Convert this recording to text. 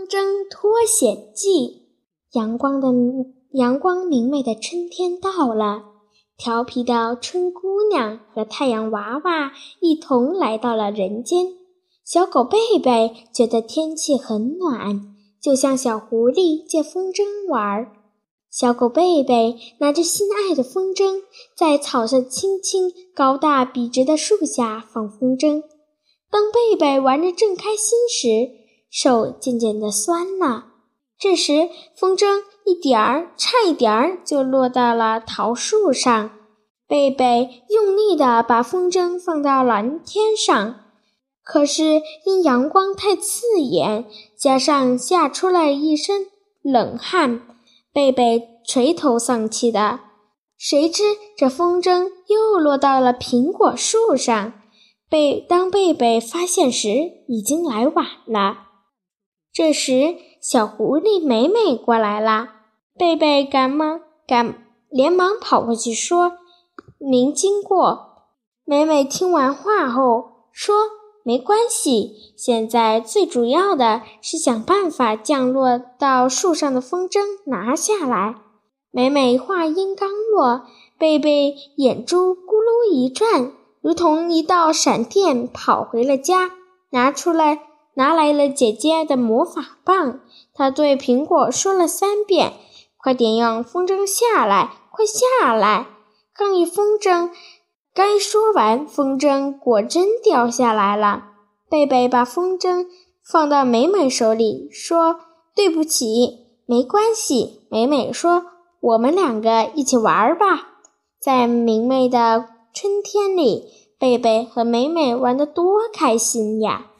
风筝脱险记。阳光明媚的春天到了，调皮的春姑娘和太阳娃娃一同来到了人间。小狗贝贝觉得天气很暖，就向小狐狸借风筝玩。小狗贝贝拿着心爱的风筝，在草上青青高大笔直的树下放风筝。当贝贝玩得正开心时，手渐渐地酸了。这时风筝差一点儿就落到了桃树上。贝贝用力地把风筝放到蓝天上，可是因阳光太刺眼，加上吓出了一身冷汗，贝贝垂头丧气的。谁知这风筝又落到了苹果树上，当贝贝发现时，已经来晚了。这时小狐狸美美过来了，贝贝连忙跑过去说明经过。美美听完话后说，没关系，现在最主要的是想办法降落到树上的风筝拿下来。美美话音刚落，贝贝眼珠咕噜一转，如同一道闪电跑回了家，拿来了姐姐的魔法棒。他对苹果说了3遍，快点让风筝下来，快下来。刚说完，风筝果真掉下来了。贝贝把风筝放到美美手里，说对不起。没关系，美美说，我们2个一起玩吧。在明媚的春天里，贝贝和美美玩得多开心呀！